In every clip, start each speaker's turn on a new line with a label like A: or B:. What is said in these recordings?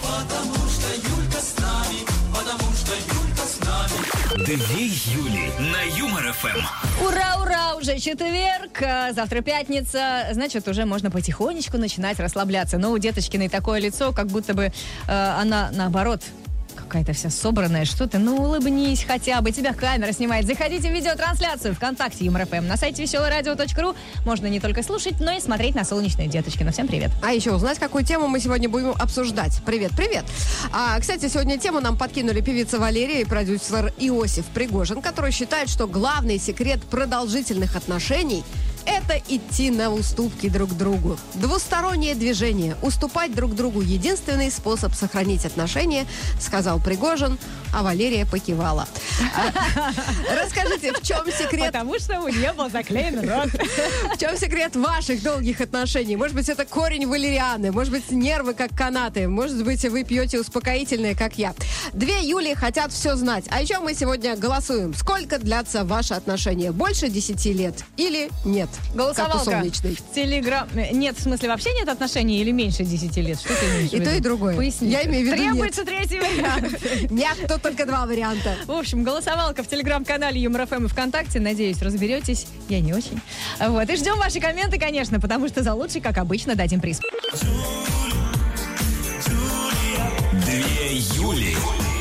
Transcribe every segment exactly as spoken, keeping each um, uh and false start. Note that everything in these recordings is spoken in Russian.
A: Потому что Юлька с нами, потому что Юлька с нами.
B: Две Юли на Юмор-ФМ.
C: Ура, ура, уже четверг, завтра пятница, значит, уже можно потихонечку начинать расслабляться. Но у Деточкиной такое лицо, как будто бы э, она, наоборот, какая-то вся собранная, что ты, ну улыбнись хотя бы, тебя камера снимает. Заходите в видеотрансляцию ВКонтакте Юмор-ФМ, на сайте веселое радио точка ру. Можно не только слушать, но и смотреть на солнечную Деточкину. Всем привет.
D: А еще узнать, какую тему мы сегодня будем обсуждать. Привет, привет. А, кстати, сегодня тему нам подкинули певица Валерия и продюсер Иосиф Пригожин, который считает, что главный секрет продолжительных отношений – это идти на уступки друг другу. Двустороннее движение. Уступать друг другу – единственный способ сохранить отношения, сказал Пригожин, а Валерия покивала. Расскажите, в чем секрет...
C: Потому что у нее был заклеен рот.
D: В чем секрет ваших долгих отношений? Может быть, это корень валерианы, может быть, нервы, как канаты, может быть, вы пьете успокоительное, как я. Две Юли хотят все знать. А еще мы сегодня голосуем. Сколько длятся ваши отношения? Больше десяти лет или нет?
C: Голосовалка. Телеграм... Нет, в смысле, вообще нет отношений или меньше десяти лет? Что ты имеешь в виду?
D: И то, и другое.
C: Поясни.
D: Я имею в виду
C: Требуется
D: нет.
C: третий вариант.
D: Нет, тут только два варианта.
C: В общем, голосовалка в телеграм-канале Юмор-ФМ и ВКонтакте. Надеюсь, разберетесь. Я не очень. Вот. И ждем ваши комменты, конечно, потому что за лучший, как обычно, дадим приз.
B: Две Юли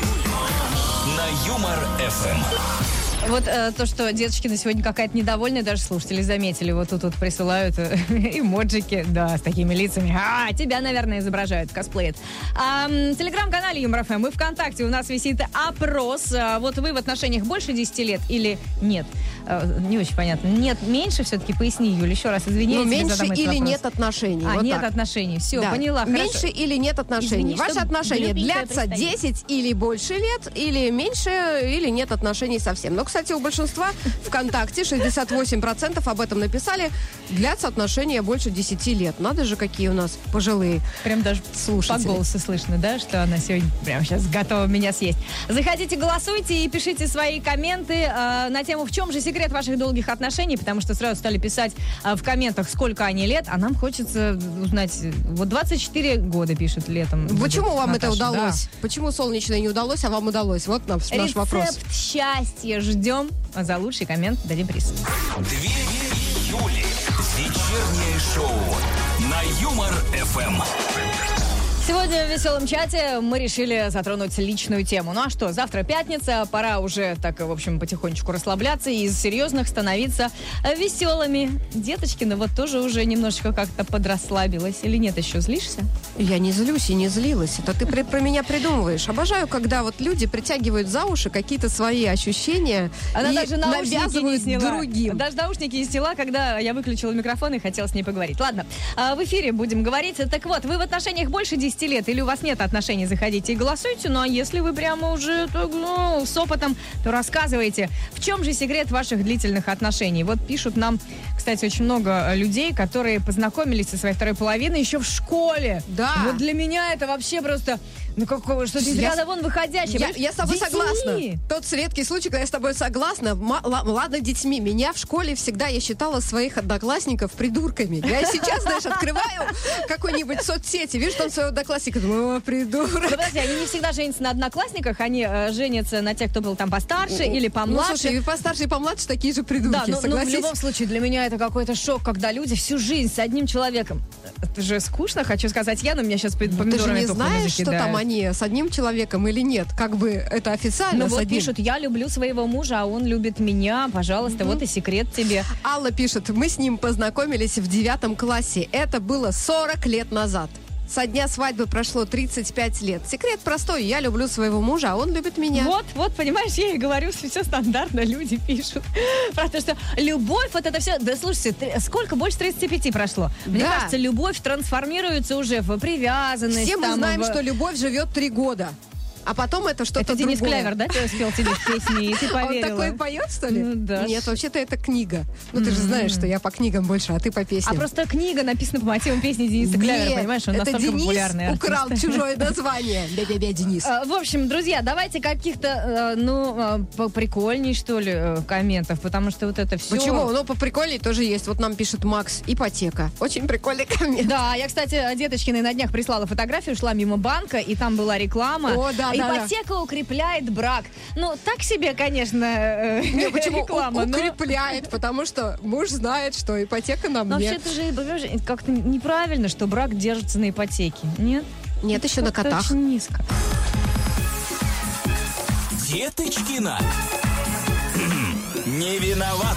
B: на Юмор-ФМ.
C: Вот э, то, что Деточкина сегодня какая-то недовольная, даже слушатели заметили. Вот тут вот присылают э, эмоджики, да, с такими лицами. А, тебя, наверное, изображают, косплеят. А, в телеграм-канале Юмор-ФМ и ВКонтакте у нас висит опрос. А, вот вы в отношениях больше десяти лет или нет? А, не очень понятно. Нет, меньше все-таки? Поясни, Юль, еще раз, извини.
D: Ну, меньше или нет отношений.
C: А,
D: вот
C: нет
D: так.
C: отношений. Все,
D: да.
C: поняла.
D: Меньше
C: хорошо.
D: или нет отношений.
C: Извини,
D: Ваши отношения длятся десять или больше лет, или меньше, или нет отношений совсем. Но, кстати, у большинства ВКонтакте шестьдесят восемь процентов об этом написали. Длятся отношения больше десяти лет. Надо же, какие у нас пожилые
C: Прям даже
D: слушатели.
C: по голосу слышно, да, что она сегодня прямо сейчас готова меня съесть. Заходите, голосуйте и пишите свои комменты э, на тему, в чем же секрет ваших долгих отношений, потому что сразу стали писать э, в комментах, сколько они лет, а нам хочется узнать. Вот двадцать четыре года пишут летом.
D: Почему вам
C: Наташа,
D: это удалось?
C: Да.
D: Почему солнечное не удалось, а вам удалось? Вот наш, наш вопрос.
C: Рецепт счастья ждем. А за лучший коммент дадим приз.
B: Две Юли. Вечернее шоу на Юмор-ФМ.
C: Сегодня в веселом чате мы решили затронуть личную тему. Ну а что, завтра пятница, пора уже так, в общем, потихонечку расслабляться и из серьезных становиться веселыми. Деточкина вот тоже уже немножечко как-то подрасслабилась. Или нет, еще злишься?
D: Я не злюсь и не злилась. Это ты при, про меня придумываешь. Обожаю, когда вот люди притягивают за уши какие-то свои ощущения.
C: Она
D: и
C: даже наушники
D: навязывают
C: не сняла.
D: другим.
C: Даже наушники не сняла, когда я выключила микрофон и хотела с ней поговорить. Ладно, в эфире будем говорить. Так вот, вы в отношениях больше десяти лет или у вас нет отношений, заходите и голосуйте. Ну а если вы прямо уже так, ну, с опытом, то рассказывайте, в чем же секрет ваших длительных отношений. Вот пишут нам, кстати, очень много людей, которые познакомились со своей второй половиной еще в школе.
D: Да.
C: Вот для меня это вообще просто... Ну какого, что ты из ряда вон выходящий.
D: Я, я с тобой
C: детьми.
D: согласна. Тот редкий случай, когда я с тобой согласна. М- ладно, детьми. Меня в школе всегда, я считала своих одноклассников придурками. Я сейчас, знаешь, открываю какой-нибудь соцсети, вижу там своего одноклассника, думаю, о, придурок.
C: Да, подожди, они не всегда женятся на одноклассниках, они э, женятся на тех, кто был там постарше или помладше.
D: Ну, слушай, и постарше, и помладше такие же придурки,
C: да, но, но в любом случае для меня это какой-то шок, когда люди всю жизнь с одним человеком. Это же скучно, хочу сказать я, но меня сейчас
D: ну,
C: помидорами
D: ты же не знаешь, что
C: закидают.
D: там они с одним человеком или нет. Как бы это официально
C: Ну
D: с
C: вот
D: одним.
C: пишут, я люблю своего мужа, а он любит меня. Пожалуйста,
D: Угу.
C: вот и секрет тебе.
D: Алла пишет, мы с ним познакомились в девятом классе. Это было сорок лет назад. Со дня свадьбы прошло тридцать пять лет. Секрет простой. Я люблю своего мужа, а он любит меня.
C: Вот, вот, понимаешь, я и говорю, все стандартно люди пишут. Про то, что любовь, вот это все... Да слушайте, ты, сколько? Больше тридцати пяти прошло. Мне
D: Да.
C: кажется, любовь трансформируется уже в привязанность.
D: Все мы
C: там,
D: знаем,
C: в...
D: что любовь живет три года. а потом это что-то
C: Это Денис
D: другое.
C: Клявер, да, ты спел тебе в песне, и ты поверила?
D: Он такой поет, что ли?
C: Ну, да.
D: Нет, вообще-то это книга. Ну, ты же знаешь, что я по книгам больше, а ты по песням.
C: А просто книга написана по мотивам песни Дениса Клявера,
D: Нет,
C: понимаешь? Он
D: это
C: настолько
D: Денис
C: популярный
D: украл
C: артист.
D: чужое название. Бе-бе-бе, Денис.
C: А, В общем, друзья, давайте каких-то, э, ну, э, поприкольней, что ли, э, комментов, потому что вот это все...
D: Почему? Ну, по прикольней тоже есть. Вот нам пишет Макс, ипотека. Очень прикольный коммент.
C: Да, я, кстати, Деточкиной на днях прислала фотографию, шла мимо банка, и там была реклама.
D: О, да, да,
C: Ипотека укрепляет брак. Ну, так себе, конечно, э,
D: Не, почему?
C: реклама.
D: У-
C: но-
D: Укрепляет, потому что муж знает, что ипотека на
C: Но
D: мне.
C: вообще, это же, понимаешь, как-то неправильно, что брак держится на ипотеке. Нет?
D: Нет, еще на
C: Как-то
D: котах.
C: очень низко.
B: Деточкина. Не виноват.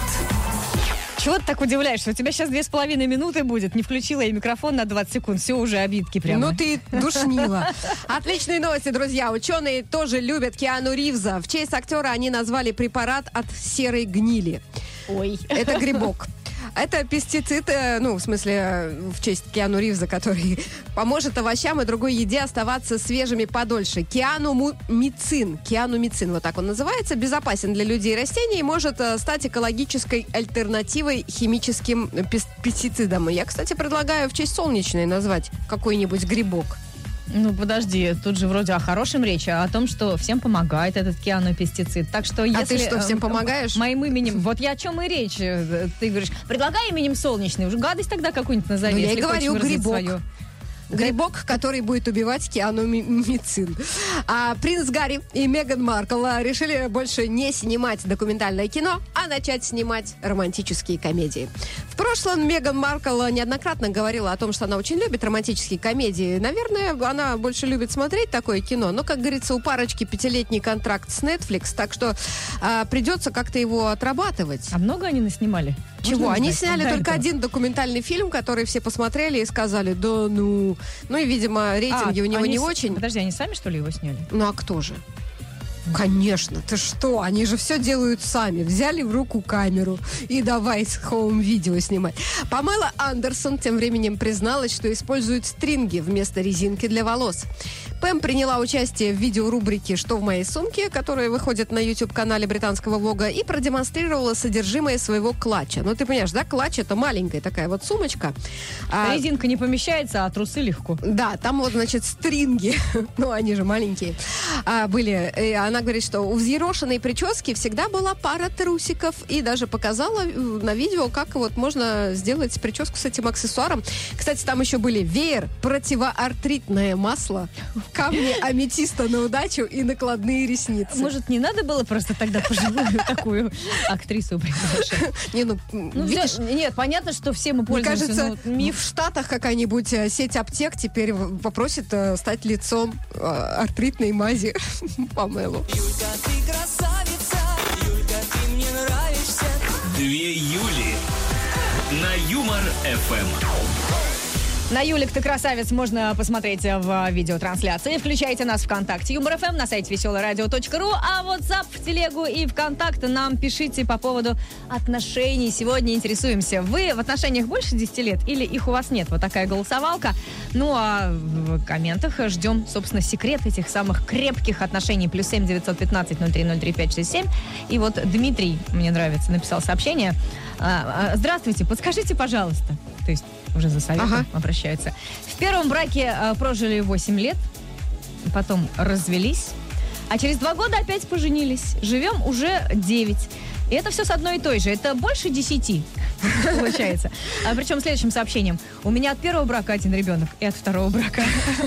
C: Чего ты так удивляешься? У тебя сейчас две с половиной минуты будет. Не включила я микрофон на двадцать секунд. Все, уже обидки прямо.
D: Ну ты душнила. Отличные новости, друзья. Ученые тоже любят Киану Ривза. В честь актера они назвали препарат от серой гнили.
C: Ой.
D: Это грибок. Это пестицид, э, ну, в смысле, э, в честь Киану Ривза, который поможет овощам и другой еде оставаться свежими подольше. Кианумицин. Кианумицин, вот так он называется. Безопасен для людей и растений и может э, стать экологической альтернативой химическим э, пес- пестицидам. И я, кстати, предлагаю в честь солнечной назвать какой-нибудь грибок.
C: Ну, подожди, тут же вроде о хорошем речь, а о том, что всем помогает этот кианопестицид. Так что если...
D: А ты что, всем
C: э,
D: помогаешь?
C: Моим именем... Вот я о чем и речь. Э, Ты говоришь, предлагай именем солнечный. Уже гадость тогда какую-нибудь назови.
D: Ну, я и
C: если
D: говорю,
C: хочешь выразить
D: грибок.
C: свою.
D: Грибок, который будет убивать Кианумицин. А принц Гарри и Меган Маркл а, решили больше не снимать документальное кино, а начать снимать романтические комедии. В прошлом Меган Маркл неоднократно говорила о том, что она очень любит романтические комедии. Наверное, она больше любит смотреть такое кино, но, как говорится, у парочки пятилетний контракт с Netflix, так что а, придется как-то его отрабатывать.
C: А много они наснимали?
D: Чего?
C: Можно
D: Они
C: узнать?
D: сняли
C: Да,
D: только
C: это.
D: один документальный фильм, который все посмотрели и сказали, да ну... Ну и, видимо, рейтинги
C: А,
D: у него
C: они
D: не
C: с-
D: очень.
C: Подожди, они сами, что ли, его сняли?
D: Ну а кто же? Конечно, ты что? Они же все делают сами. Взяли в руку камеру и давай с хоум-видео снимать. Памела Андерсон тем временем призналась, что использует стринги вместо резинки для волос. Пэм приняла участие в видеорубрике «Что в моей сумке?», которая выходит на YouTube-канале британского влога, и продемонстрировала содержимое своего клатча. Ну, ты понимаешь, да, клатч — это маленькая такая вот сумочка. А,
C: Резинка не помещается, а трусы легко.
D: да, там вот, значит, стринги, ну, они же маленькие, а, были. И она говорит, что у взъерошенной прически всегда была пара трусиков, и даже показала э, на видео, как вот можно сделать прическу с этим аксессуаром. Кстати, там еще были веер, противоартритное масло, камни аметиста на удачу и накладные ресницы.
C: Может, не надо было просто тогда пожилую такую актрису приглашать?
D: Не, ну,
C: Ну,
D: видишь,
C: всё- нет, понятно, что все мы
D: мне
C: пользуемся.
D: кажется,
C: ну, вот миф.
D: в Штатах какая-нибудь э, сеть аптек теперь в- попросит э, стать лицом э, артритной мази Памелу.
A: Юлька, ты красавица, Юлька, ты мне нравишься.
B: Две Юли на Юмор эф эм.
C: На Юлик, ты красавец, можно посмотреть в видеотрансляции. Включайте нас в ВКонтакте Юмор эф эм, на сайте веселое радио точка ру, а WhatsApp, в телегу и ВКонтакте нам пишите по поводу отношений. Сегодня интересуемся, вы в отношениях больше десяти лет или их у вас нет? Вот такая голосовалка. Ну, а в комментах ждем, собственно, секрет этих самых крепких отношений. Плюс семь девятьсот пятнадцать ноль три ноль три пять шесть семь. И вот Дмитрий, мне нравится, написал сообщение. А, а, Здравствуйте, подскажите, пожалуйста. То есть уже за советом
D: Ага.
C: обращаются. В первом браке а, прожили восемь лет, потом развелись, а через два года опять поженились. Живем уже девять. И это все с одной и той же. Это больше десяти, получается. А причем следующим сообщением. У меня от первого брака один ребенок и от второго брака.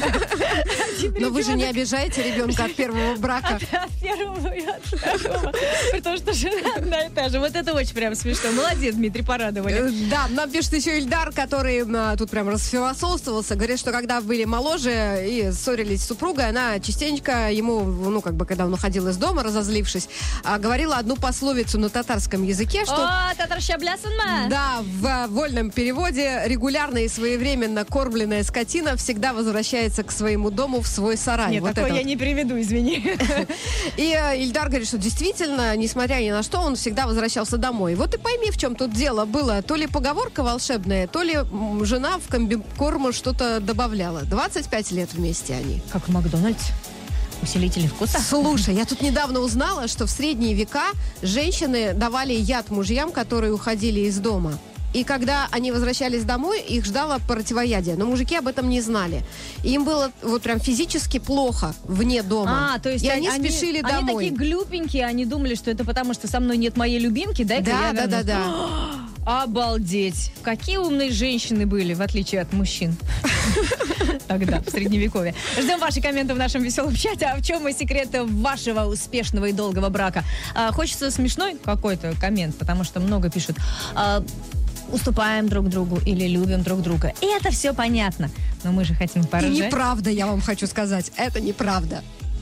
D: Но вы же не обижаете ребенка от первого брака.
C: От первого и от второго. Потому что жена одна и та же. Вот это очень прям смешно. Молодец, Дмитрий, порадовали.
D: Э, Да, нам пишет еще Ильдар, который а, тут прям расфилософствовался. Говорит, что когда были моложе и ссорились с супругой, она частенько ему, ну, как бы, когда он уходил из дома, разозлившись, а, говорила одну пословицу на татарском языке, что...
C: О, татар шаблясанма.
D: Да, в а, вольном переводе регулярно и своевременно кормленная скотина всегда возвращается к своему дому в свой сарай.
C: Нет,
D: Вот
C: такое
D: это
C: я
D: вот.
C: не приведу, извини.
D: И э, Ильдар говорит, что действительно, несмотря ни на что, он всегда возвращался домой. Вот и пойми, в чем тут дело было. То ли поговорка волшебная, то ли м, жена в комбикорму что-то добавляла. двадцать пять лет вместе они.
C: Как в Макдональдсе. Усилители вкуса?
D: Слушай, я тут недавно узнала, что в средние века женщины давали яд мужьям, которые уходили из дома. И когда они возвращались домой, их ждало противоядие. Но мужики об этом не знали. И им было вот прям физически плохо вне дома.
C: А, то есть
D: и
C: они,
D: они спешили
C: они,
D: домой.
C: Они такие глупенькие, они думали, что это потому, что со мной нет моей любимки, дай-ка
D: Да,
C: я
D: да, да,
C: вернусь.
D: да.
C: Обалдеть! Какие умные женщины были, в отличие от мужчин. Тогда, в Средневековье. Ждем ваши комменты в нашем веселом чате. А в чем и секрет вашего успешного и долгого брака? А, хочется смешной какой-то коммент, потому что много пишут. А, уступаем друг другу или любим друг друга. И это все понятно. Но мы же хотим
D: И
C: поржать.
D: неправда, я вам хочу сказать. Это неправда.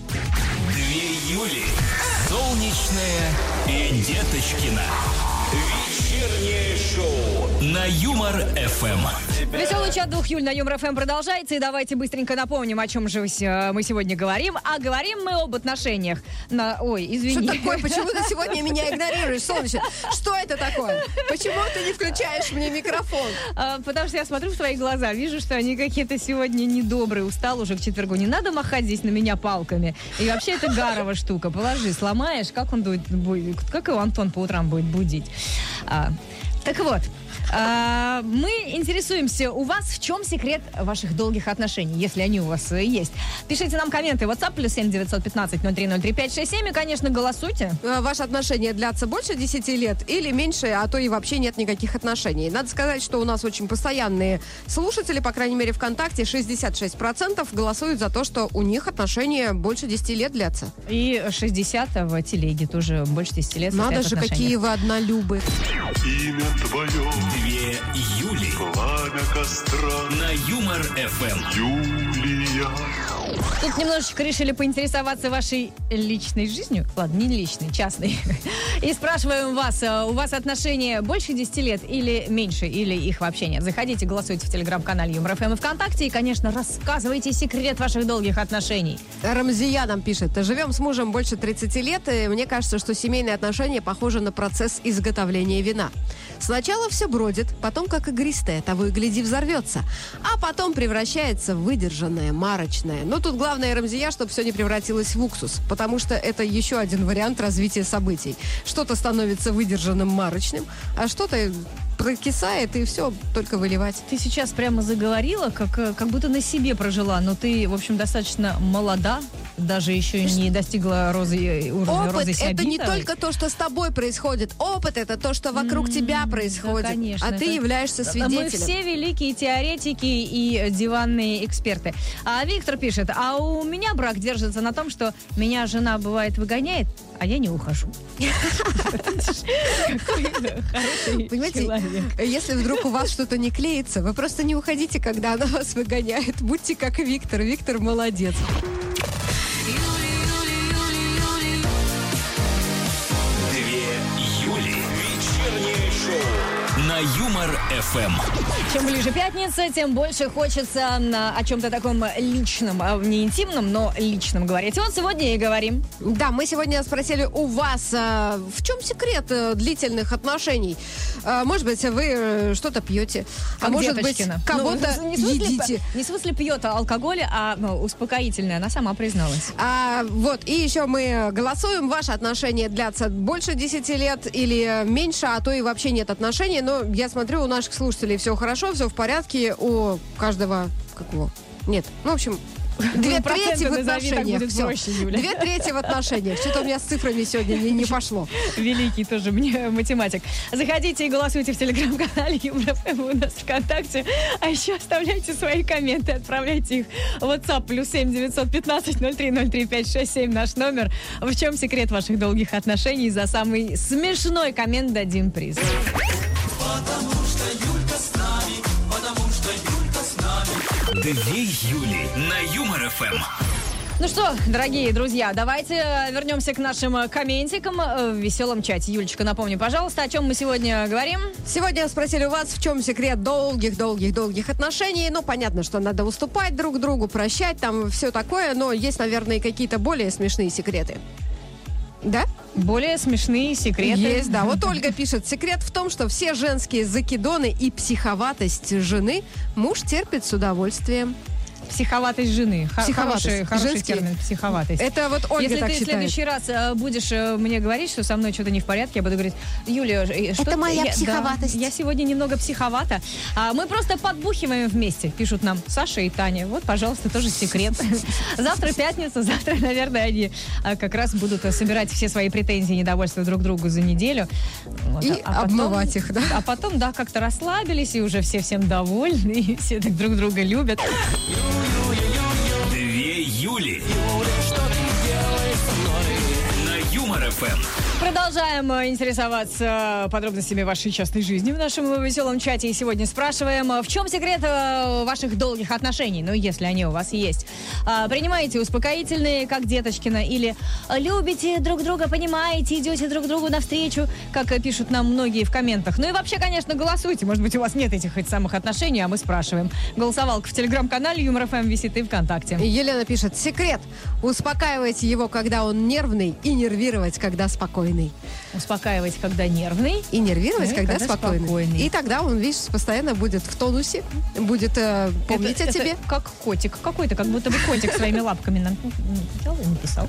B: Две Юли. Солнечная и Деточкина. Вечернее шоу на Юмор-эф эм.
C: Веселый чат двух Юль на Юмор-эф эм продолжается. И давайте быстренько напомним, о чем же мы сегодня говорим. А говорим мы об отношениях. На... Ой, извини.
D: Что такое? Почему ты сегодня меня игнорируешь, солнце? Что это такое? Почему ты не включаешь мне микрофон?
C: А, потому что я смотрю в твои глаза, вижу, что они какие-то сегодня недобрые. Устал уже к четвергу. Не надо махать здесь на меня палками. И вообще это гарова штука. Положи, сломаешь, как он будет, как его Антон по утрам будет будить. А, так вот. А, мы интересуемся у вас, в чем секрет ваших долгих отношений, если они у вас есть. Пишите нам комменты. WhatsApp плюс семь девятьсот пятнадцать ноль три ноль три пять шесть семь. И, конечно, голосуйте.
D: Ваши отношения длятся больше десяти лет или меньше, а то и вообще нет никаких отношений. Надо сказать, что у нас очень постоянные слушатели, по крайней мере, ВКонтакте шестьдесят шесть процентов голосуют за то, что у них отношения больше десяти лет длятся.
C: И шестьдесят в телеге тоже больше десяти лет.
D: Надо
C: состоят в
D: же,
C: отношениях.
D: какие вы однолюбы.
E: Имя твое,
B: Две Юли
E: пламя костра,
B: на Юмор-эф эм.
E: Юлия.
C: Тут немножечко решили поинтересоваться вашей личной жизнью. Ладно, не личной, частной. И спрашиваем вас, у вас отношения больше десяти лет или меньше, или их вообще нет? Заходите, голосуйте в телеграм-канале Юмор-эф эм и ВКонтакте. И, конечно, рассказывайте секрет ваших долгих отношений.
D: Рамзия нам пишет. Живем с мужем больше тридцати лет, и мне кажется, что семейные отношения похожи на процесс изготовления вина. Сначала все бродит, потом как игристое, того и гляди взорвется, а потом превращается в выдержанное, марочное. Но тут главное, Рамзия, чтобы все не превратилось в уксус, потому что это еще один вариант развития событий. Что-то становится выдержанным, марочным, а что-то прокисает, и все, только выливать.
C: Ты сейчас прямо заговорила, как, как будто на себе прожила, но ты, в общем, достаточно молода, даже еще не достигла розы, уровня
D: Опыт
C: розы
D: – это не
C: Сиабитовой.
D: только то, что с тобой происходит. Опыт – это то, что вокруг тебя происходит.
C: Да, конечно,
D: а ты
C: это-
D: являешься свидетелем.
C: Мы все великие теоретики и диванные эксперты. А Виктор пишет, а у меня брак держится на том, что меня жена бывает выгоняет, а я не ухожу. Какой хороший
D: Понимаете,
C: человек.
D: если вдруг у вас что-то не клеится, вы просто не уходите, когда она вас выгоняет. Будьте как Виктор. Виктор молодец.
B: Две Юли. Вечернее шоу на Юмор-эф эм.
C: Чем ближе пятница, тем больше хочется на- о чем-то таком личном, а не интимном, но личном говорить. Вот сегодня и говорим.
D: Да, мы сегодня спросили у вас, а, в чем секрет э, длительных отношений? А, может быть, вы э, что-то пьете, а
C: Как
D: может быть,
C: Деточкина.
D: кого-то
C: Ну, не в смысле
D: едите.
C: п- Не в смысле пьет алкоголь, а ну, успокоительное. Она сама призналась.
D: А, вот, и еще мы голосуем. Ваши отношения длятся больше десяти лет или меньше, а то и вообще нет отношений. Но я смотрю, у наших слушателей все хорошо, все в порядке. У каждого... Какого? Нет. Ну, в общем... Две
C: проценты
D: трети в
C: назови, так
D: отношениях.
C: будет
D: Всё.
C: проще, Юля.
D: Две трети в отношениях. Что-то у меня с цифрами сегодня не, не пошло.
C: Великий тоже мне математик. Заходите и голосуйте в телеграм-канале Юмор-эф эм у нас ВКонтакте. А еще оставляйте свои комменты, отправляйте их в WhatsApp плюс семь девятьсот пятнадцать ноль три ноль три пять шесть семь наш номер. В чем секрет ваших долгих отношений? За самый смешной коммент дадим приз.
A: Потому что Юлька с нами, потому что Юлька с нами.
B: Две Юли на Юмор-эф эм.
C: Ну что, дорогие друзья, давайте э, вернемся к нашим э, комментикам э, в веселом чате. Юлечка, напомни, пожалуйста, о чем мы сегодня говорим.
D: Сегодня спросили у вас, в чем секрет долгих-долгих-долгих отношений. Ну, понятно, что надо уступать друг другу, прощать, там все такое, но есть, наверное, и какие-то более смешные секреты. Да?
C: Более смешные секреты.
D: Есть, да. Вот Ольга пишет, секрет в том, что все женские закидоны и психоватость жены муж терпит с удовольствием.
C: Психоватость жены. Х-
D: Психоватость.
C: Хороший, хороший
D: Женский.
C: термин, психоватость.
D: Это вот Ольга
C: Если
D: так
C: ты в
D: считает.
C: следующий раз э, будешь э, мне говорить, что со мной что-то не в порядке, я буду говорить: Юлия, э, что
D: Это
C: ты-
D: моя
C: я-
D: психоватость.
C: да, я сегодня немного психовата. А мы просто подбухиваем вместе, пишут нам Саша и Таня. Вот, пожалуйста, тоже секрет. Завтра пятница, завтра, наверное, они а, как раз будут э, собирать все свои претензии и недовольства друг к другу за неделю. Вот,
D: И
C: а потом-
D: обмывать их, да?
C: А потом, да, как-то расслабились, и уже все всем довольны, и все так друг друга любят.
B: Две Юли. На Юмор эф эм.
C: Продолжаем э, интересоваться подробностями вашей частной жизни в нашем веселом чате. И сегодня спрашиваем, э, в чем секрет э, ваших долгих отношений, ну, если они у вас есть. А, принимаете успокоительные, как Деточкина, или любите друг друга, понимаете, идете друг другу навстречу, как э, пишут нам многие в комментах. Ну и вообще, конечно, голосуйте. Может быть, у вас нет этих хоть самых отношений, а мы спрашиваем. Голосовалка в телеграм-канале Юмор эф эм висит и ВКонтакте.
D: Елена пишет: секрет. Успокаивать его, когда он нервный, и нервировать, когда спокойный.
C: Успокаивать, когда нервный.
D: И нервировать,
C: Ну и
D: когда,
C: когда
D: спокойный.
C: спокойный.
D: И тогда он, видишь, постоянно будет в тонусе, будет э, помнить
C: Это-
D: о тебе.
C: это как котик. Какой-то, как будто бы котик своими лапками нам взял и написал.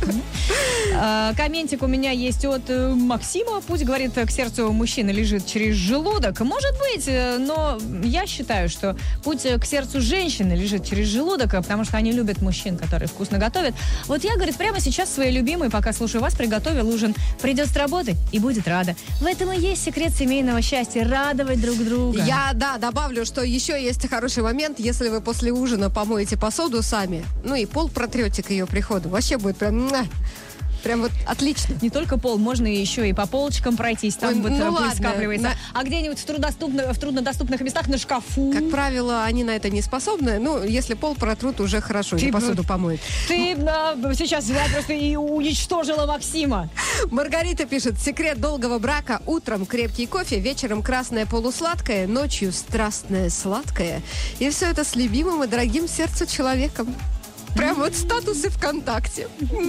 C: А, Комментик у меня есть от э, Максима. Пусть, говорит, к сердцу мужчины лежит через желудок. Может быть, э, но я считаю, что путь э, к сердцу женщины лежит через желудок, э, потому что они любят мужчин, которые вкусно готовят. Вот я, говорит, прямо сейчас своей любимой, пока слушаю вас, приготовил ужин. Придет с работы и будет рада. В этом и есть секрет семейного счастья. Радовать друг друга.
D: Я, да, добавлю, что еще есть хороший момент, если вы после ужина помоете посуду сами, ну и пол протрете к ее приходу. Вообще будет прям, муа, прям вот отлично.
C: Не только пол, можно еще и по полочкам пройтись, там
D: Ой,
C: вот
D: ну
C: э, пыль
D: ладно,
C: скапливается.
D: на-
C: А где-нибудь в, трудоступно- в труднодоступных местах на шкафу.
D: Как правило, они на это не способны. Ну, если пол протрут, уже хорошо,
C: Ты
D: или посуду
C: вот-
D: помоют.
C: Ты э, сейчас взяла просто и уничтожила Максима.
D: Маргарита пишет: секрет долгого брака: утром крепкий кофе, вечером красное полусладкое, ночью страстное сладкое. И все это с любимым и дорогим сердцу человеком. Прям вот статусы ВКонтакте.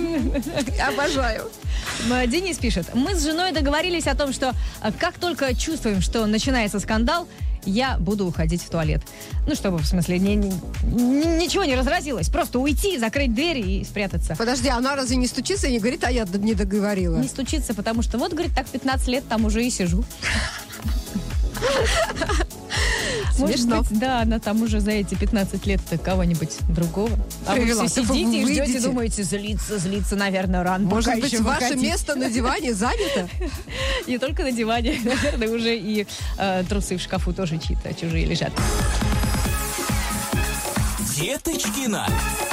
D: Обожаю.
C: М, Денис пишет: мы с женой договорились о том, что э, как только чувствуем, что начинается скандал, я буду уходить в туалет. Ну, чтобы, в смысле, не- не- ни- ничего не разразилось. Просто уйти, закрыть дверь и спрятаться.
D: Подожди, она разве не стучится и не говорит: а я д- не договорила?
C: Не стучиться, потому что вот, говорит, так пятнадцать лет там уже и сижу. Может
D: Смешно.
C: быть, да, она там уже за эти пятнадцать лет кого-нибудь другого. А вы
D: Привела.
C: все
D: Да вы
C: сидите и ждете,
D: выйдете.
C: думаете, злиться, злиться, наверное, рано.
D: Может
C: пока
D: быть,
C: еще
D: ваше
C: выходить.
D: место на диване занято?
C: Не только на диване, наверное, уже и э, трусы в шкафу тоже чьи-то чужие лежат.
B: Деточкина.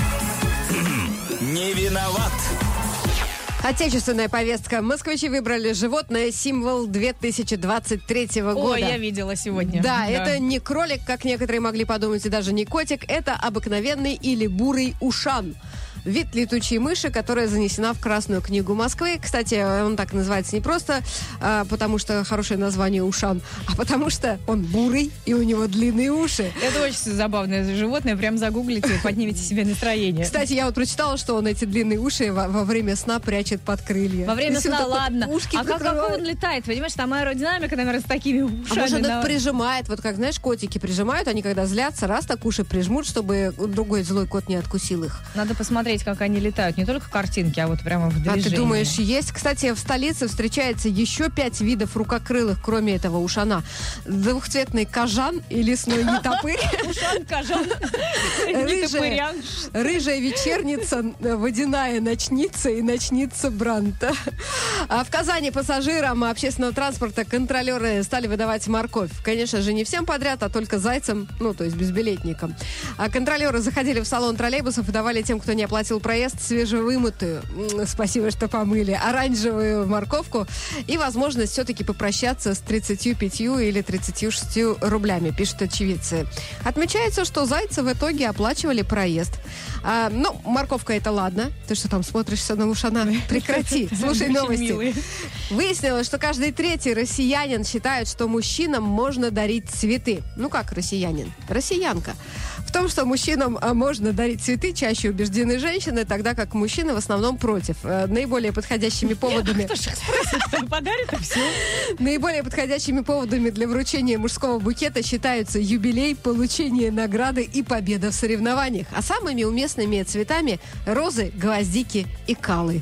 B: Не виноват.
D: Отечественная повестка. Москвичи выбрали животное символ две тысячи двадцать третьего года.
C: Ой, я видела сегодня.
D: Да, это не кролик, как некоторые могли подумать, и даже не котик. Это обыкновенный или бурый ушан. Вид летучей мыши, которая занесена в Красную книгу Москвы. Кстати, он так называется не просто а, потому, что хорошее название ушан, а потому что он бурый и у него длинные уши.
C: Это очень забавное животное. Прям загуглите, поднимите себе настроение.
D: Кстати, я вот прочитала, что он эти длинные уши во, во время сна прячет под крылья.
C: Во время
D: То есть он
C: сна,
D: такой
C: ладно.
D: ушки
C: А как, как
D: прикрывает.
C: он летает? Понимаешь, там аэродинамика, наверное, с такими
D: А
C: ушами.
D: может, он
C: на-
D: их прижимает, вот как, знаешь, котики прижимают, они когда злятся, раз так уши прижмут, чтобы другой злой кот не откусил их.
C: Надо посмотреть, как они летают. Не только картинки, а вот прямо в движении.
D: А ты думаешь, есть? Кстати, в столице встречается еще пять видов рукокрылых, кроме этого ушана. Двухцветный кажан и лесной нетопырь.
C: Ушан, кажан,
D: Рыжая,
C: нетопырян.
D: рыжая вечерница, водяная ночница и ночница Бранта. А в Казани пассажирам общественного транспорта контролеры стали выдавать морковь. Конечно же, не всем подряд, а только зайцам, ну, то есть безбилетникам. А контролеры заходили в салон троллейбусов и давали тем, кто не оплатил проезд, свежевымытую, м, спасибо, что помыли, оранжевую морковку и возможность все-таки попрощаться с тридцатью пятью или тридцатью шестью рублями, пишут очевидцы. Отмечается, что зайцы в итоге оплачивали проезд. А, ну, морковка это ладно. Ты что там смотришься на ушана? Прекрати, слушай
C: Очень
D: новости.
C: милые.
D: Выяснилось, что каждый третий россиянин считает, что мужчинам можно дарить цветы. Ну как россиянин? Россиянка. В том, что мужчинам а, можно дарить цветы, чаще убеждены женщины, тогда как мужчины в основном против. Э, наиболее подходящими поводами...
C: Кто ж их спросит, подарит, и все.
D: Наиболее подходящими поводами для вручения мужского букета считаются юбилей, получение награды и победа в соревнованиях. А самыми уместными цветами – розы, гвоздики и калы.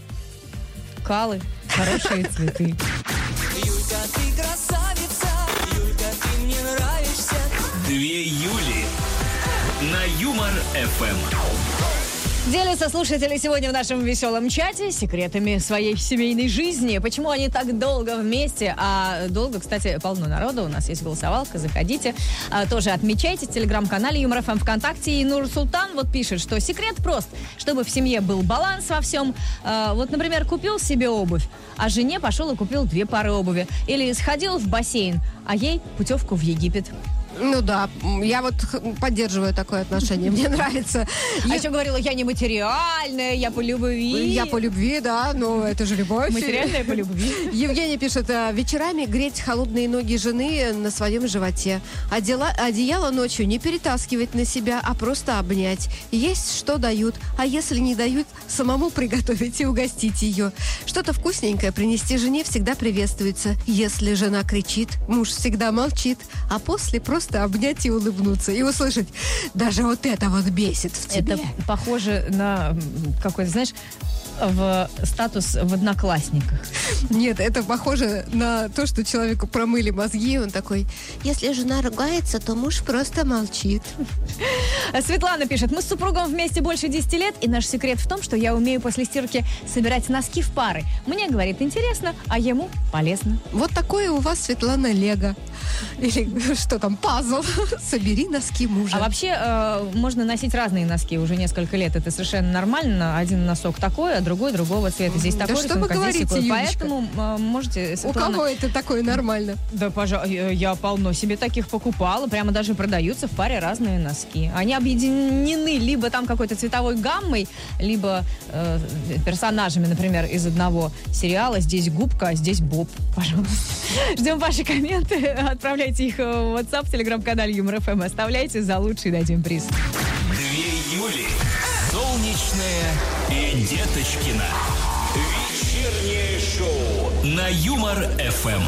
C: Калы, хорошие цветы.
A: Юлька, ты красавица, Юлька, ты мне нравишься.
B: Две Юли на Юмор эф эм.
C: Делятся слушатели сегодня в нашем веселом чате секретами своей семейной жизни. Почему они так долго вместе? А долго, кстати, полно народу. У нас есть голосовалка, заходите. А, тоже отмечайте в телеграм-канале Юмор эф эм ВКонтакте. И Нур Султан вот пишет, что секрет прост. Чтобы в семье был баланс во всем. А, вот, например, купил себе обувь, а жене пошел и купил две пары обуви. Или сходил в бассейн, а ей путевку в Египет.
D: Ну да, я вот поддерживаю такое отношение, мне нравится.
C: А
D: Я-
C: еще говорила, я не материальная, я по любви.
D: Я по любви, да, но это же любовь.
C: Материальная по любви.
D: Евгений пишет, «А, вечерами греть холодные ноги жены на своем животе. Одела- одеяло ночью не перетаскивать на себя, а просто обнять. Есть что дают, а если не дают, самому приготовить и угостить ее. Что-то вкусненькое принести жене всегда приветствуется. Если жена кричит, муж всегда молчит, а после просто обнять и улыбнуться. И услышать, даже вот это вот бесит в тебе».
C: Это похоже на м, какой-то, знаешь, в статус в одноклассниках.
D: Нет, это похоже на то, что человеку промыли мозги, и он такой, если жена ругается, то муж просто молчит.
C: Светлана пишет, мы с супругом вместе больше десяти лет, и наш секрет в том, что я умею после стирки собирать носки в пары. Мне, говорит, интересно, а ему полезно.
D: Вот такое у вас, Светлана, лего. Или что там, пазл. Собери носки мужа.
C: А вообще э, можно носить разные носки уже несколько лет. Это совершенно нормально. Один носок такой, а другой другого цвета. Здесь
D: Да
C: такой
D: что вы
C: рисунок, а здесь
D: говорите,
C: такой.
D: Юлечка?
C: Поэтому э, можете,
D: У
C: Светлана...
D: кого это такое нормально?
C: Да, пожалуйста, я полно себе таких покупала. Прямо даже продаются в паре разные носки. Они объединены либо там какой-то цветовой гаммой, либо э, персонажами, например, из одного сериала. Здесь губка, а здесь Боб. Пожалуйста. Ждем ваши комменты. Отправляйте их в WhatsApp, в телеграм-канале Юмор эф эм. Оставляйте, за лучший дадим приз.
B: Две Юли. Солнечная и Деточкина. Вечернее шоу на Юмор эф эм.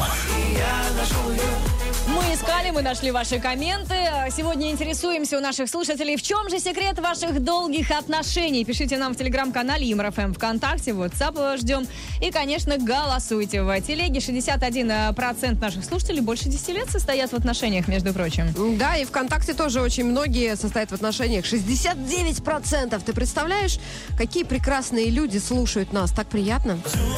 C: Мы искали, мы нашли ваши комменты. Сегодня интересуемся у наших слушателей, в чем же секрет ваших долгих отношений. Пишите нам в телеграм-канале Юмор эф эм ВКонтакте, в WhatsApp ждем. И, конечно, голосуйте в телеге. шестьдесят один процент наших слушателей больше десяти лет состоят в отношениях, между прочим.
D: Да, и ВКонтакте тоже очень многие состоят в отношениях. шестьдесят девять процентов. Ты представляешь, какие прекрасные люди слушают нас? Так приятно.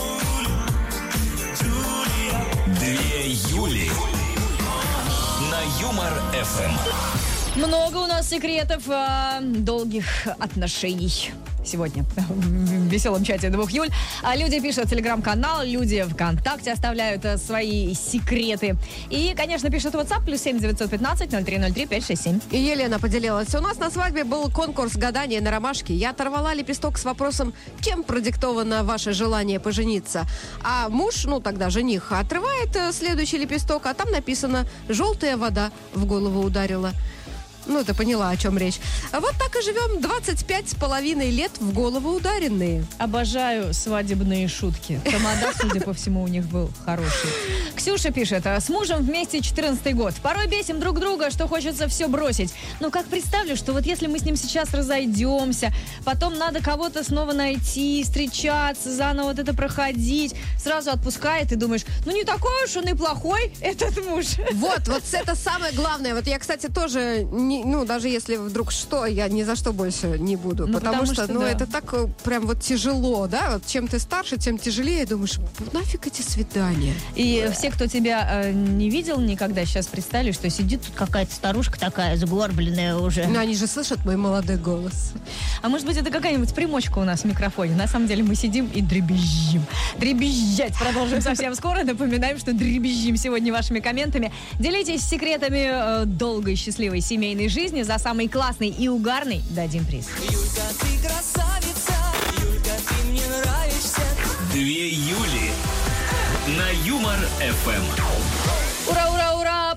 B: Две Юли на Юмор эф эм.
C: Много у нас секретов э, долгих отношений сегодня в веселом чате двух Юль. А люди пишут в телеграм-канал, люди ВКонтакте оставляют э, свои секреты. И, конечно, пишут в WhatsApp плюс семь девятьсот пятнадцать ноль три ноль три пять шесть семь.
D: И Елена поделилась. У нас на свадьбе был конкурс гадания на ромашке. Я оторвала лепесток с вопросом, чем продиктовано ваше желание пожениться. А муж, ну тогда жених, отрывает э, следующий лепесток, а там написано «желтая вода в голову ударила». Ну, ты поняла, о чем речь. А вот так и живем двадцать пять с половиной лет в голову ударенные.
C: Обожаю свадебные шутки. Тамада, судя по всему, у них был хороший. Ксюша пишет, с мужем вместе четырнадцатый год. Порой бесим друг друга, что хочется все бросить. Но как представлю, что вот если мы с ним сейчас разойдемся, потом надо кого-то снова найти, встречаться, заново вот это проходить, сразу отпускает и думаешь, ну не такой уж он и плохой, этот муж.
D: Вот, вот это самое главное. Вот я, кстати, тоже, не, ну, даже если вдруг что, я ни за что больше не буду.
C: Ну,
D: потому,
C: потому
D: что,
C: что,
D: ну,
C: да.
D: это так э, прям вот тяжело, да? Вот чем ты старше, тем тяжелее. Думаешь, нафиг эти свидания?
C: И все, кто тебя э, не видел никогда, сейчас представили, что сидит тут какая-то старушка такая сгорбленная уже.
D: Ну, они же слышат мой молодой голос.
C: А может быть, это какая-нибудь примочка у нас в микрофоне. На самом деле мы сидим и дребезжим. Дребезжать продолжим совсем скоро. Напоминаем, что дребезжим сегодня вашими комментами. Делитесь секретами э, долгой счастливой семейной жизни. За самый классный и угарный дадим приз.
A: Юлька, ты красавица, Юлька, ты мне нравишься.
B: Две Юли на Юмор эф эм.
C: Ура, ура, ура!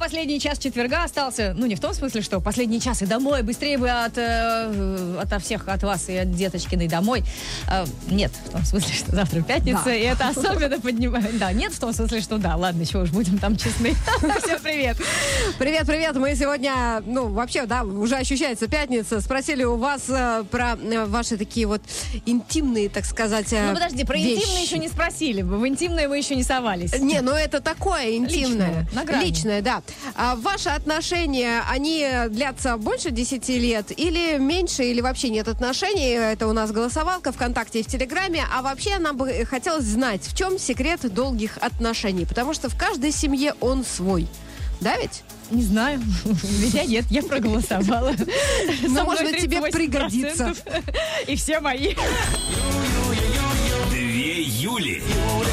C: последний час четверга остался. Ну, не в том смысле, что последний час и домой. Быстрее бы от, э, ото всех, от вас и от деточкиной домой. Э, нет, в том смысле, что завтра пятница,
D: Да.
C: и это особенно поднимает. Да, нет, в том смысле, что да, ладно, чего уж, будем там честны. Всем привет.
D: Привет, привет. Мы сегодня, ну, вообще, да, уже ощущается пятница. Спросили у вас э, про э, ваши такие вот интимные, так сказать, э,
C: Ну, подожди, про
D: вещи.
C: интимное еще не спросили. В интимное мы еще не совались.
D: Не, ну это такое интимное.
C: Личное, на грани.
D: Личное, да. А ваши отношения, они длятся больше десяти лет или меньше, или вообще нет отношений? Это у нас голосовалка ВКонтакте и в Телеграме. А вообще нам бы хотелось знать, в чем секрет долгих отношений? Потому что в каждой семье он свой. Да ведь?
C: Не знаю. Меня нет, я проголосовала.
D: Ну,
C: Со
D: может
C: мной
D: быть, тебе
C: тридцать восемь
D: пригодится.
C: процентов. И все мои.
B: Две Юли.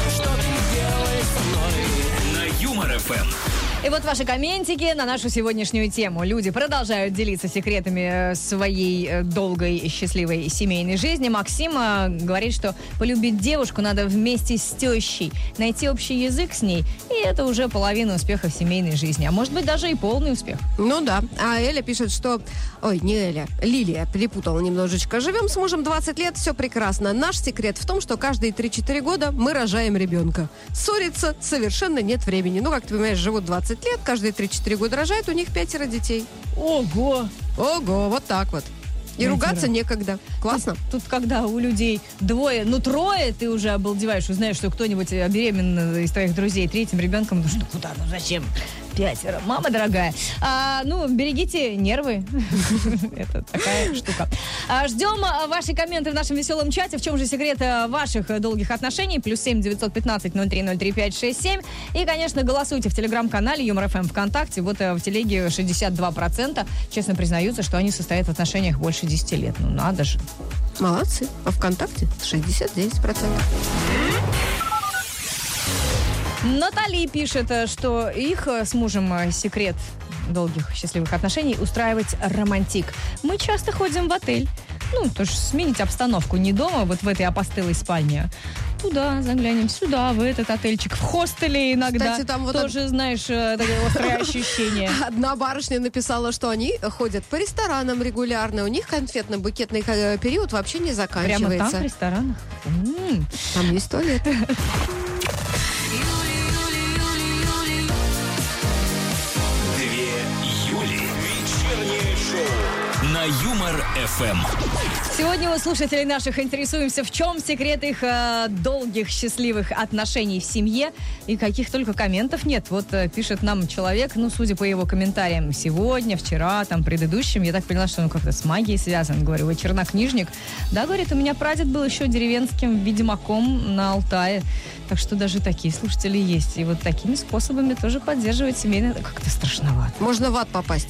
B: На Юмор эф эм.
C: И вот ваши комментики на нашу сегодняшнюю тему. Люди продолжают делиться секретами э, своей э, долгой и счастливой семейной жизни. Максим э, говорит, что полюбить девушку надо вместе с тещей, найти общий язык с ней, и это уже половина успеха в семейной жизни. А может быть, даже и полный успех.
D: Ну да. А Эля пишет, что... Ой, не Эля, Лилия, перепутала немножечко. Живем с мужем двадцать лет, все прекрасно. Наш секрет в том, что каждые три-четыре года мы рожаем ребенка. Ссориться совершенно нет времени. Ну, как ты понимаешь, живут двадцать лет, каждые три-четыре года рожают, у них пятеро детей.
C: Ого!
D: Ого, вот так вот. И
C: Пятеро.
D: ругаться некогда. Классно?
C: Тут, когда у людей двое, ну трое, ты уже обалдеваешь, узнаешь, что кто-нибудь беременна из твоих друзей третьим ребенком, ну что, куда, ну зачем? Пятеро. Мама дорогая. А, ну, берегите нервы. Это такая штука. А, ждем а, ваши комменты в нашем веселом чате. В чем же секрет а, ваших а, долгих отношений? Плюс семь девятьсот пятнадцать ноль три ноль три пять шесть семь. И, конечно, голосуйте в телеграм-канале Юмор эф эм ВКонтакте. Вот а, в телеге шестьдесят два процента честно признаются, что они состоят в отношениях больше десяти лет. Ну, надо же.
D: Молодцы. А ВКонтакте шестьдесят девять процентов.
C: Натали пишет, что их с мужем секрет долгих счастливых отношений устраивать романтик. Мы часто ходим в отель. Ну, тоже сменить обстановку. Не дома, вот в этой опостылой спальне. Туда заглянем, сюда, в этот отельчик. В хостеле иногда.
D: Кстати, там вот
C: тоже,
D: од-
C: знаешь, э, такое острое ощущение.
D: Одна барышня написала, что они ходят по ресторанам регулярно. У них конфетно-букетный э, период вообще не
C: Прямо
D: заканчивается.
C: там, в ресторанах? М.
D: Там есть туалет.
B: Две Юли. Вечернее шоу на Юмор эф эм.
C: Сегодня у слушателей наших интересуемся, в чем секрет их э, долгих счастливых отношений в семье. И каких только комментов нет. Вот э, пишет нам человек, ну, судя по его комментариям, сегодня, вчера, там, предыдущим, я так поняла, что он как-то с магией связан. Говорю, вы чернокнижник. Да, говорит, у меня прадед был еще деревенским ведьмаком на Алтае. Так что даже такие слушатели есть. И вот такими способами тоже поддерживать семейное... Как-то страшновато.
D: Можно в ад попасть.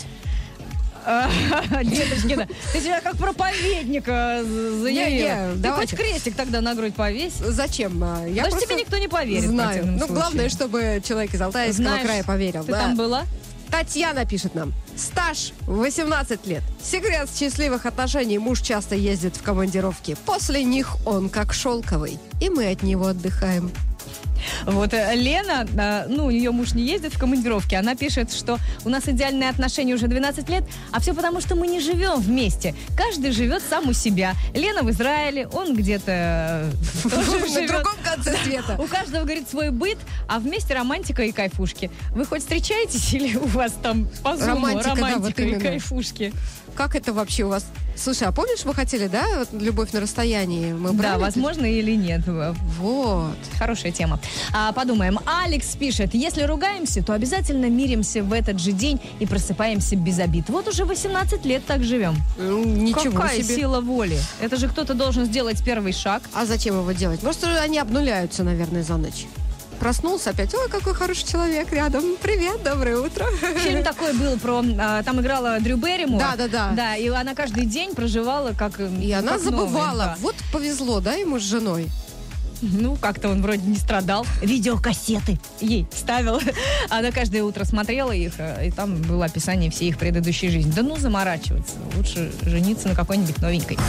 C: Дедушкина, ты себя как проповедника заявила.
D: Не-не,
C: Ты
D: давайте.
C: хоть крестик тогда на грудь повесь.
D: Зачем? А, Я
C: Даже
D: просто
C: тебе никто не поверит. в
D: знаю.
C: противном
D: Ну,
C: случае.
D: главное, чтобы человек из Алтайского
C: Знаешь,
D: края поверил.
C: Ты
D: да.
C: там была?
D: Татьяна пишет нам. Стаж восемнадцать лет. Секрет счастливых отношений. Муж часто ездит в командировки. После них он как шелковый. И мы от него отдыхаем.
C: Вот э, Лена, э, ну, у нее муж не ездит в командировке, она пишет, что у нас идеальные отношения уже двенадцать лет, а все потому, что мы не живем вместе. Каждый живет сам у себя. Лена в Израиле, он где-то э, тоже
D: На
C: живет.
D: другом конце света.
C: У каждого, говорит, свой быт, а вместе романтика и кайфушки. Вы хоть встречаетесь или у вас там по зуму
D: Романтика, да,
C: романтика
D: вот
C: и
D: именно.
C: кайфушки?
D: Как это вообще у вас? Слушай, а помнишь, вы хотели, да, вот любовь на расстоянии? Мы
C: Да,
D: брали это?
C: возможно или нет.
D: Вот.
C: Хорошая тема. А, подумаем. Алекс пишет, если ругаемся, то обязательно миримся в этот же день и просыпаемся без обид. Вот уже восемнадцать лет так живем.
D: М, Ничего
C: Какая
D: себе.
C: сила воли. Это же кто-то должен сделать первый шаг.
D: А зачем его делать? Просто они обнуляются, наверное, за ночь. Проснулся опять. Ой, какой хороший человек рядом. Привет, доброе утро.
C: Фильм такой был про... а, там играла Дрю Берримор.
D: Да-да-да.
C: Да, и она каждый день проживала как...
D: И она
C: как новая,
D: забывала.
C: да.
D: Вот повезло, да, ему с женой.
C: Ну, как-то он вроде не страдал. Видеокассеты ей ставила. Она каждое утро смотрела их, и там было описание всей их предыдущей жизни. Да ну, заморачиваться. Лучше жениться на какой-нибудь новенькой.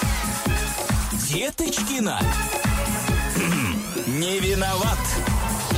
B: Деточкина. Не виноват.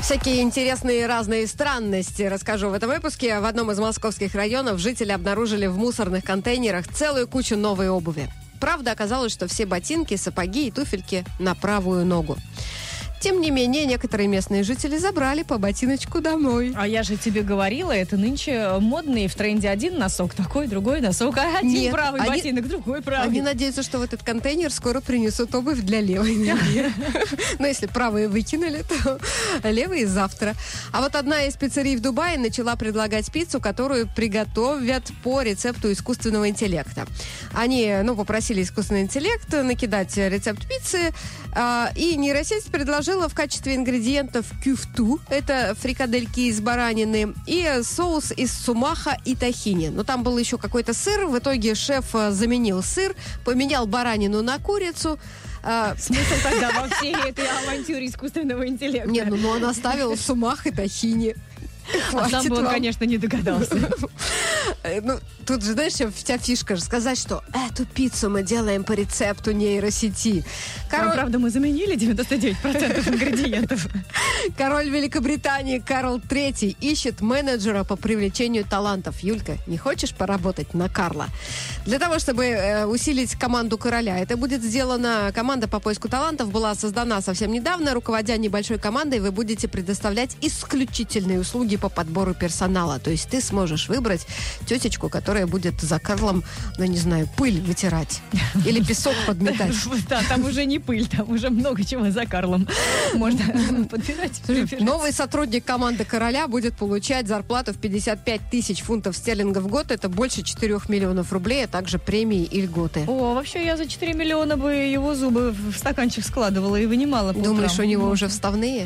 D: Всякие интересные разные странности расскажу в этом выпуске. В одном из московских районов жители обнаружили в мусорных контейнерах целую кучу новой обуви. Правда, оказалось, что все ботинки, сапоги и туфельки на правую ногу. Тем не менее, некоторые местные жители забрали по ботиночку домой.
C: А я же тебе говорила, это нынче модный в тренде один носок, такой, другой носок. А один
D: Нет,
C: правый
D: они-
C: ботинок, другой правый.
D: Они надеются, что в этот контейнер скоро принесут обувь для левой ноги. Но если правые выкинули, то левые завтра. А вот одна из пиццерий в Дубае начала предлагать пиццу, которую приготовят по рецепту искусственного интеллекта. Они, ну, попросили искусственный интеллект накидать рецепт пиццы, а, и нейросеть предложила в качестве ингредиентов кюфту, это фрикадельки из баранины, и соус из сумаха и тахини. Но там был еще какой-то сыр. В итоге шеф а, заменил сыр, поменял баранину на курицу. А,
C: Смысл тогда во всей этой авантюре искусственного интеллекта?
D: не, ну, ну он оставил сумах и тахини.
C: А сам бы он,
D: вам.
C: конечно, не догадался.
D: Э, Ну, тут же, знаешь, вся фишка же сказать, что эту пиццу мы делаем по рецепту нейросети.
C: Там,
D: Король,
C: правда, мы заменили девяносто девять процентов ингредиентов.
D: король Великобритании Карл третий ищет менеджера по привлечению талантов. Юлька, не хочешь поработать на Карла? Для того, чтобы э, усилить команду короля, это будет сделано. Команда по поиску талантов была создана совсем недавно. Руководя небольшой командой, вы будете предоставлять исключительные услуги по подбору персонала. То есть ты сможешь выбрать тетечку, которая будет за Карлом, ну, не знаю, пыль вытирать. Или песок подметать.
C: Да, там уже не пыль, там уже много чего за Карлом можно подбирать. выбирать.
D: Новый сотрудник команды короля будет получать зарплату в пятьдесят пять тысяч фунтов стерлингов в год. Это больше четырёх миллионов рублей, а также премии и льготы.
C: О, вообще я за четыре миллиона бы его зубы в стаканчик складывала и вынимала по
D: Думаешь,
C: утрам.
D: у него уже вставные?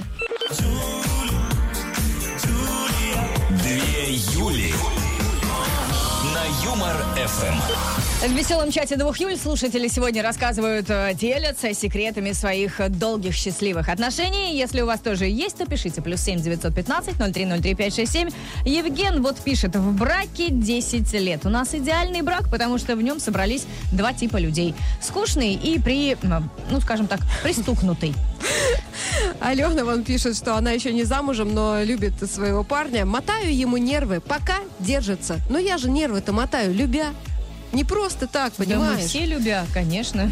B: Две Юли на Юмор эф эм.
C: В веселом чате двух Юль слушатели сегодня рассказывают, э, делятся секретами своих э, долгих счастливых отношений. Если у вас тоже есть, то пишите. Плюс семь девятьсот пятнадцать ноль три ноль три пять шесть семь. Евген вот пишет: в браке десять лет. У нас идеальный брак, потому что в нем собрались два типа людей. Скучный и при, э, ну, скажем так, пристукнутый.
D: Алена вон пишет, что она еще не замужем, но любит своего парня. Мотаю ему нервы, пока держится. Но я же нервы-то мотаю, любя. Не просто так,
C: Да мы
D: понимаешь?
C: все любя, конечно.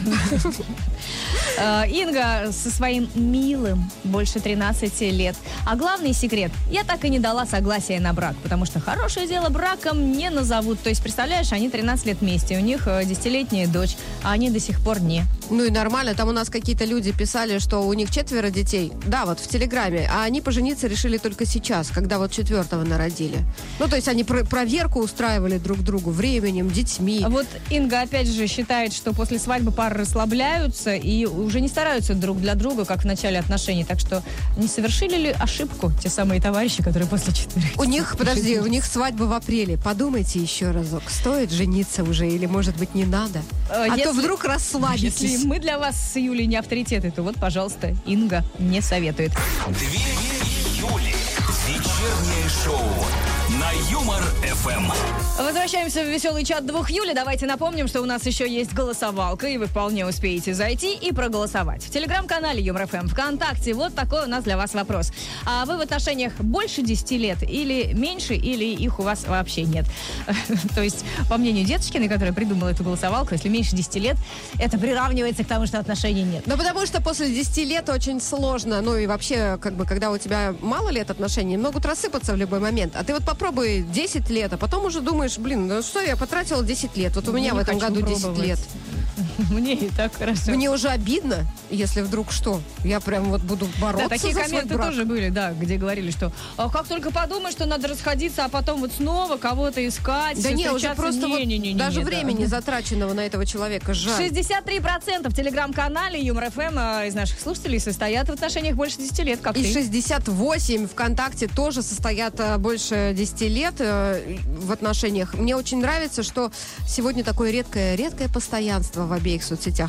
C: Э, Инга со своим милым больше тринадцати лет. А главный секрет: я так и не дала согласия на брак, потому что хорошее дело браком не назовут. То есть, представляешь, они тринадцать лет вместе, у них э, десятилетняя дочь, а они до сих пор не.
D: Ну и нормально, там у нас какие-то люди писали, что у них четверо детей. Да, вот в Телеграме. А они пожениться решили только сейчас, когда вот четвертого народили. Ну, то есть они про- проверку устраивали друг другу временем, детьми.
C: А вот Инга опять же считает, что после свадьбы пары расслабляются и уже не стараются друг для друга, как в начале отношений. Так что не совершили ли ошибку те самые товарищи, которые после четырех?
D: У них, подожди, у них свадьба в апреле. Подумайте еще разок, стоит жениться уже или, может быть, не надо?
C: Э,
D: А
C: если-
D: то вдруг расслабитесь.
C: Если мы для вас с Юлей не авторитеты, то вот, пожалуйста, Инга не советует.
B: Две Юли. Вечернее шоу на Юмор эф эм.
C: Возвращаемся в веселый чат двух Юли. Давайте напомним, что у нас еще есть голосовалка, и вы вполне успеете зайти и проголосовать. В телеграм-канале Юмор эф эм, ВКонтакте. Вот такой у нас для вас вопрос. А вы в отношениях больше десяти лет или меньше, или их у вас вообще нет? То есть, по мнению Деточкиной, которая придумала эту голосовалку, если меньше десяти лет, это приравнивается к тому, что отношений нет.
D: Ну, потому что после десяти лет очень сложно, ну и вообще, как бы, когда у тебя мало лет отношений, могут рассыпаться в любой момент. А ты вот попробуй десять лет, а потом уже думаешь, блин, ну что, я потратила десять лет, вот у меня
C: Не
D: в этом
C: хочу
D: году десять
C: пробовать.
D: лет.
C: Мне и так хорошо.
D: Мне уже обидно, если вдруг что. Я прям вот буду бороться
C: Да, такие
D: за свой
C: комменты
D: брак.
C: тоже были, да, где говорили, что «А как только подумаешь, что надо расходиться, а потом вот снова кого-то искать,
D: Да не, уже
C: встречаться».
D: просто вот
C: Не-не-не-не,
D: даже
C: да.
D: времени затраченного на этого человека жаль.
C: шестьдесят три процента в телеграм-канале Юмор эф эм а, из наших слушателей состоят в отношениях больше десяти лет, как
D: И
C: ты.
D: шестьдесят восемь ВКонтакте тоже состоят а, больше десяти лет э, в отношениях. Мне очень нравится, что сегодня такое редкое, редкое постоянство в обеих соцсетях.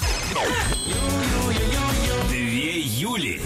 B: Две Юли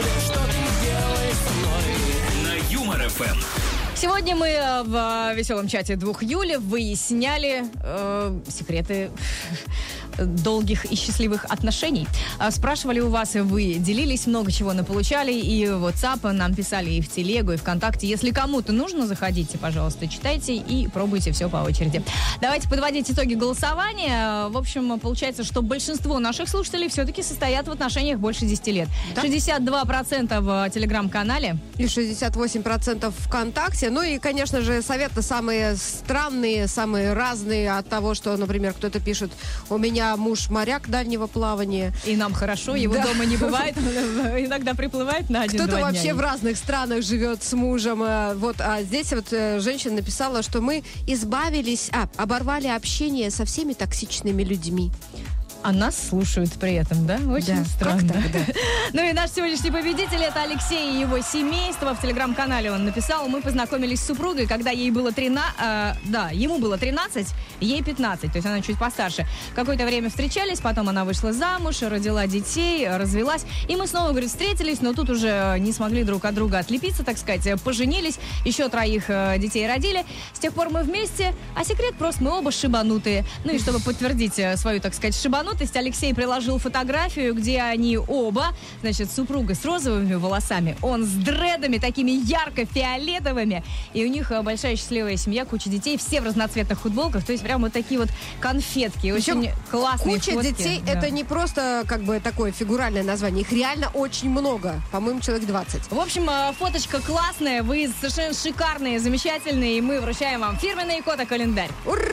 B: на Юмор эф эм.
C: Сегодня мы э, в э, веселом чате двух Юли выясняли э, секреты долгих и счастливых отношений. А, спрашивали у вас, вы делились, много чего наполучали, и в WhatsApp нам писали, и в Телегу, и ВКонтакте. Если кому-то нужно, заходите, пожалуйста, читайте и пробуйте все по очереди. Давайте подводить итоги голосования. В общем, получается, что большинство наших слушателей все-таки состоят в отношениях больше десяти лет.
D: Да?
C: шестьдесят два процента в Телеграм-канале.
D: И шестьдесят восемь процентов ВКонтакте. Ну и, конечно же, советы самые странные, самые разные от того, что, например, кто-то пишет: у меня муж моряк дальнего плавания.
C: И нам хорошо, его
D: Да.
C: дома не бывает, он иногда приплывает на один-два
D: Кто-то
C: дня.
D: вообще в разных странах живет с мужем. А, Вот, а здесь вот э, женщина написала, что мы избавились, а, оборвали общение со всеми токсичными людьми.
C: А нас слушают при этом, да? Очень
D: Да,
C: странно.
D: как так, да?
C: Ну и наш сегодняшний победитель — это Алексей и его семейство. В Телеграм-канале он написал: мы познакомились с супругой, когда ей было тринадцать, э, да, ему было тринадцать, ей пятнадцать, то есть она чуть постарше. Какое-то время встречались, потом она вышла замуж, родила детей, развелась. И мы снова, говорит, встретились, но тут уже не смогли друг от друга отлепиться, так сказать, поженились, еще троих э, детей родили. С тех пор мы вместе, а секрет просто: мы оба шибанутые. Ну и чтобы подтвердить э, свою, так сказать, шибанутость, Алексей приложил фотографию, где они оба, значит, супруга с розовыми волосами, он с дредами такими ярко-фиолетовыми, и у них э, большая счастливая семья, куча детей, все в разноцветных футболках, то есть прям вот такие вот конфетки,
D: Причем
C: очень классные
D: Куча
C: фотки.
D: детей
C: Да.
D: это не просто как бы такое фигуральное название, их реально очень много, по-моему, человек двадцать.
C: В общем, э, фоточка классная, вы совершенно шикарные, замечательные, и мы вручаем вам фирменный Кота-календарь.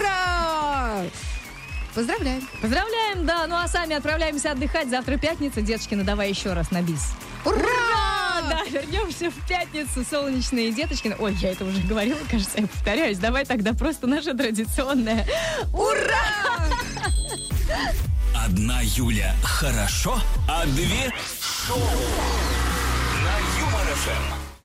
D: Ура! Поздравляем.
C: Поздравляем, да, ну а сами отправляемся отдыхать. Завтра пятница, Деточкина, давай еще раз на бис.
D: Ура!
C: Да, вернемся в пятницу, солнечные Деточкины. Ой, я это уже говорила, кажется, я повторяюсь. Давай тогда просто наше традиционное ура!
B: Одна Юля хорошо, а две шоу.